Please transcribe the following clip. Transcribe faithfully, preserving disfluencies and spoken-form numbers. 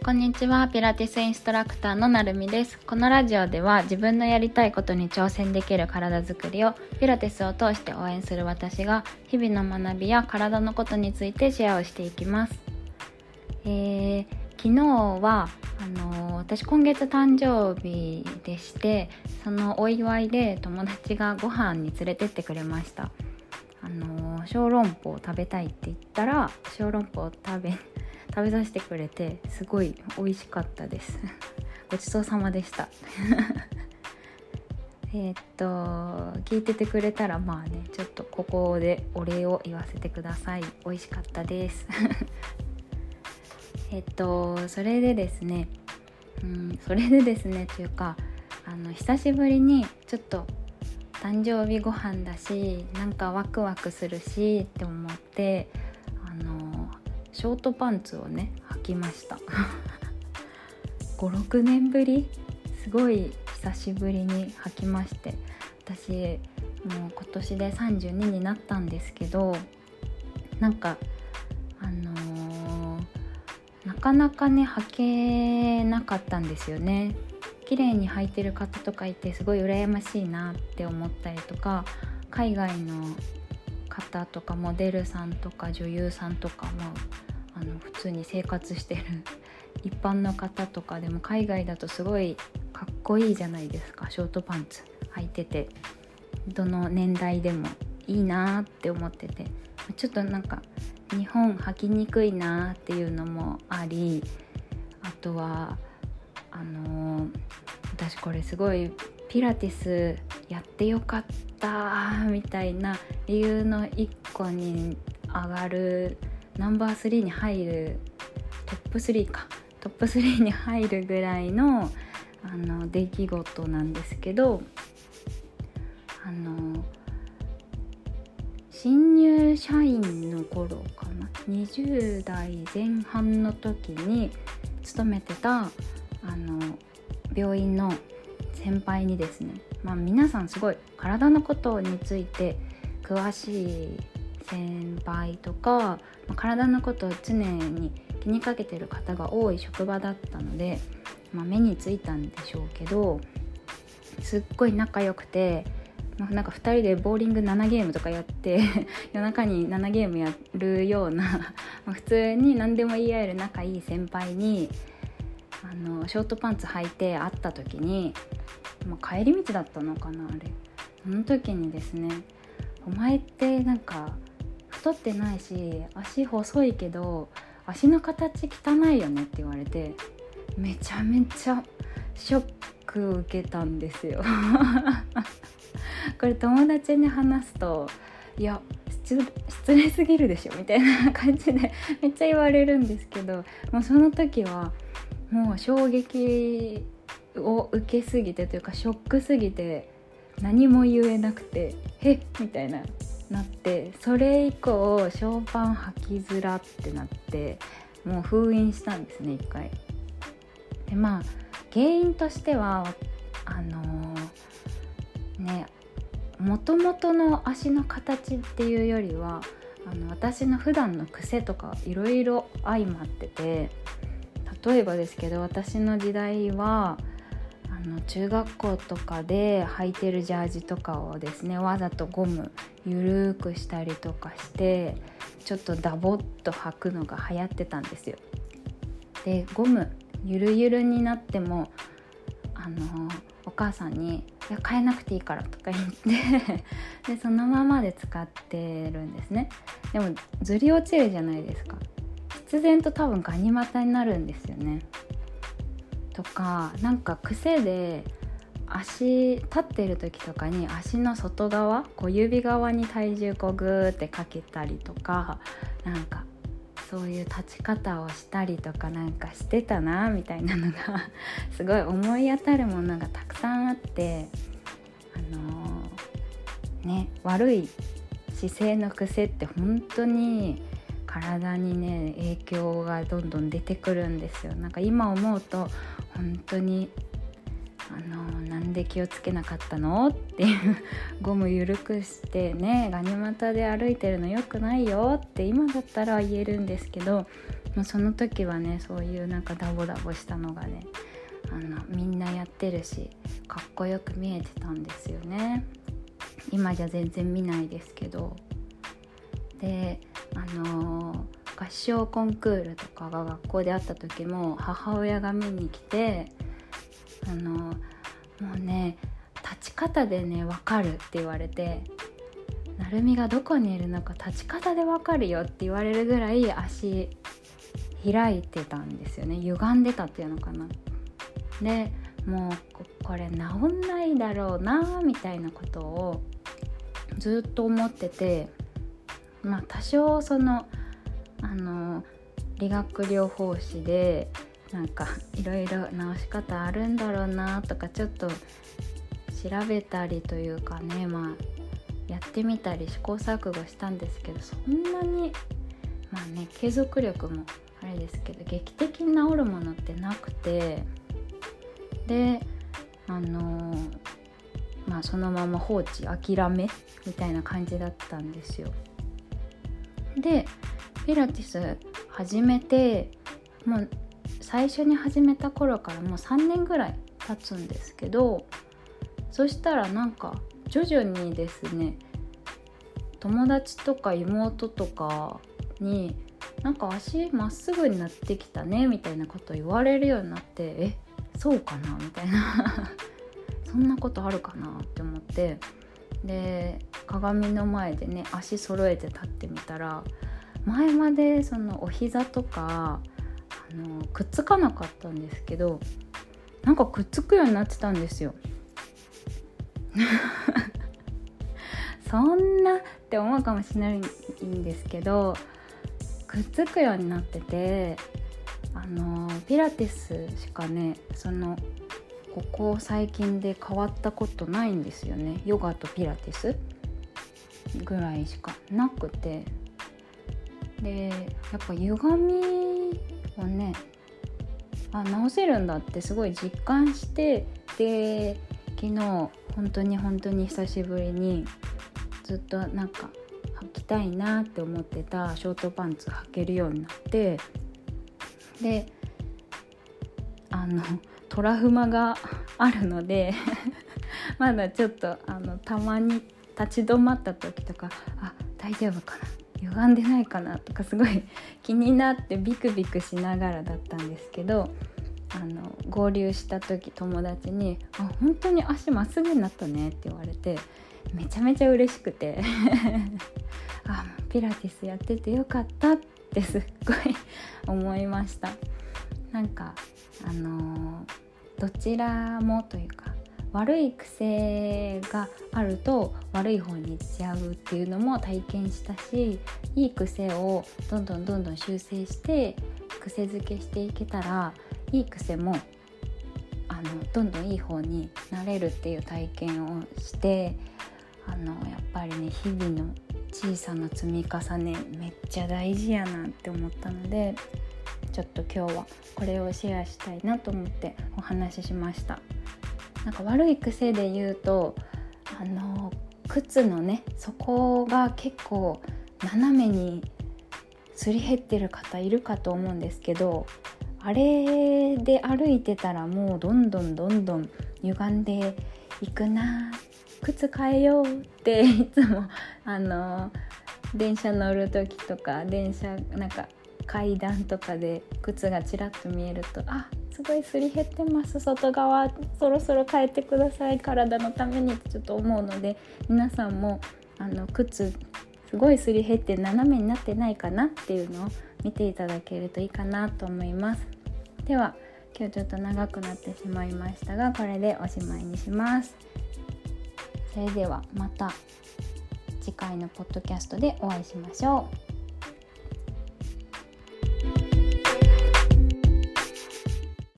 こんにちは。ピラティスインストラクターのなるみです。このラジオでは自分のやりたいことに挑戦できる体づくりをピラティスを通して応援する私が日々の学びや体のことについてシェアをしていきます。えー、昨日はあのー、私今月誕生日でして、そのお祝いで友達がご飯に連れてってくれました。あのー、小籠包を食べたいって言ったら小籠包を食べ食べさせてくれて、すごい美味しかったですごちそうさまでしたえっと聞いててくれたらまあね、ちょっとここでお礼を言わせてください。美味しかったですえっとそれでですねうんそれでですねというかあの久しぶりにちょっと誕生日ご飯だし、なんかワクワクするしって思って、あのショートパンツをね履きましたご、ろくねんぶり、すごい久しぶりに履きまして、私もう今年でさんじゅうにになったんですけど、なんかあのー、なかなかね履けなかったんですよね。綺麗に履いてる方とかいてすごい羨ましいなって思ったりとか、海外の方とかモデルさんとか女優さんとかもあの普通に生活してる一般の方とかでも海外だとすごいかっこいいじゃないですか。ショートパンツ履いてて、どの年代でもいいなって思ってて、ちょっとなんか日本履きにくいなっていうのもあり、あとはあのー、私これすごいピラティスやってよかったみたいな理由の一個に上がるナンバースリーに入るトップスリーかトップスリーに入るぐらいのあの出来事なんですけど、あの新入社員の頃かな、にじゅう代前半の時に勤めてたあの病院の先輩にですね、まあ、皆さんすごい体のことについて詳しい先輩とか、まあ、体のことを常に気にかけてる方が多い職場だったので、まあ、目についたんでしょうけど、すっごい仲良くて、まあ、なんかふたりでボーリングななゲームとかやって夜中にななゲームやるようなまあ普通に何でも言い合える仲いい先輩にあのショートパンツ履いて会った時に、まあ、帰り道だったのかなあれその時にですね、お前ってなんか太ってないし足細いけど足の形汚いよねって言われて、めちゃめちゃショック受けたんですよこれ友達に話すと、いや失礼すぎるでしょみたいな感じでめっちゃ言われるんですけど、もうその時はもう衝撃を受けすぎてというかショックすぎて何も言えなくて、えみたいななって、それ以降ショーパン履きづらってなってもう封印したんですね一回で。まあ原因としてはあのー、ね元々の足の形っていうよりはあの私の普段の癖とかいろいろ相まってて、例えばですけど私の時代はあの中学校とかで履いてるジャージとかをですね、わざとゴムゆるくしたりとかしてちょっとダボっと履くのが流行ってたんですよ。でゴムゆるゆるになってもあのお母さんにいや変えなくていいからとか言ってでそのままで使ってるんですね。でもずり落ちるじゃないですか。必然と多分ガニ股になるんですよね。とかなんか癖で足立ってる時とかに足の外側小指側に体重こうグーってかけたりとか、なんかそういう立ち方をしたりとかなんかしてたなみたいなのがすごい思い当たるものがたくさんあって、あのー、ね悪い姿勢の癖って本当に体にね影響がどんどん出てくるんですよ。なんか今思うと本当にあのなんで気をつけなかったのっていうゴム緩くしてねガニ股で歩いてるの良くないよって今だったら言えるんですけど、 もうその時はねそういうなんかダボダボしたのがねあのみんなやってるしかっこよく見えてたんですよね。今じゃ全然見ないですけど。であの合唱コンクールとかが学校であった時も母親が見に来てあのもうね立ち方でね分かるって言われて、なるみがどこにいるのか立ち方で分かるよって言われるぐらい足開いてたんですよね。歪んでたっていうのかな。でもうこれ治んないだろうなみたいなことをずっと思ってて、まあ多少そのあの理学療法士でなんかいろいろ治し方あるんだろうなとかちょっと調べたりというかね、まあやってみたり試行錯誤したんですけど、そんなにまあね継続力もあれですけど劇的に治るものってなくて、であのまあそのまま放置諦めみたいな感じだったんですよ。でピラティス始めてもう最初に始めた頃からもうさんねんぐらい経つんですけど、そしたらなんか徐々にですね友達とか妹とかになんか足まっすぐになってきたねみたいなこと言われるようになって、えそうかなみたいなそんなことあるかなって思って、で鏡の前でね足揃えて立ってみたら前までそのお膝とかあのくっつかなかったんですけどなんかくっつくようになってたんですよそんなって思うかもしれないんですけどくっつくようになってて、あのピラティスしかねそのここ最近で変わったことないんですよね。ヨガとピラティスぐらいしかなくて、でやっぱ歪みをねあ直せるんだってすごい実感して、で昨日本当に本当に久しぶりにずっとなんか履きたいなって思ってたショートパンツ履けるようになって、であのトラウマがあるのでまだちょっとあのたまに立ち止まった時とかあ大丈夫かな歪んでないかなとかすごい気になってビクビクしながらだったんですけど、あの合流した時友達にあ本当に足まっすぐになったねって言われてめちゃめちゃ嬉しくてあピラティスやっててよかったってすっごい思いました。なんかあのどちらもというか悪い癖があると悪い方に行っちゃうっていうのも体験したし、いい癖をどんどんどんどん修正して癖づけしていけたらいい癖もあのどんどんいい方になれるっていう体験をして、あのやっぱりね日々の小さな積み重ねめっちゃ大事やなって思ったので、ちょっと今日はこれをシェアしたいなと思ってお話ししました。なんか悪い癖で言うとあの靴のね底が結構斜めにすり減ってる方いるかと思うんですけど、あれで歩いてたらもうどんどんどんどん歪んでいくな、靴変えようっていつもあの電車乗る時とか電車なんか階段とかで靴がちらっと見えるとあすごいすり減ってます外側そろそろ変えてください体のためにってちょっと思うので、皆さんもあの靴すごいすり減って斜めになってないかなっていうのを見ていただけるといいかなと思います。では今日ちょっと長くなってしまいましたがこれでおしまいにします。それではまた次回のポッドキャストでお会いしましょう。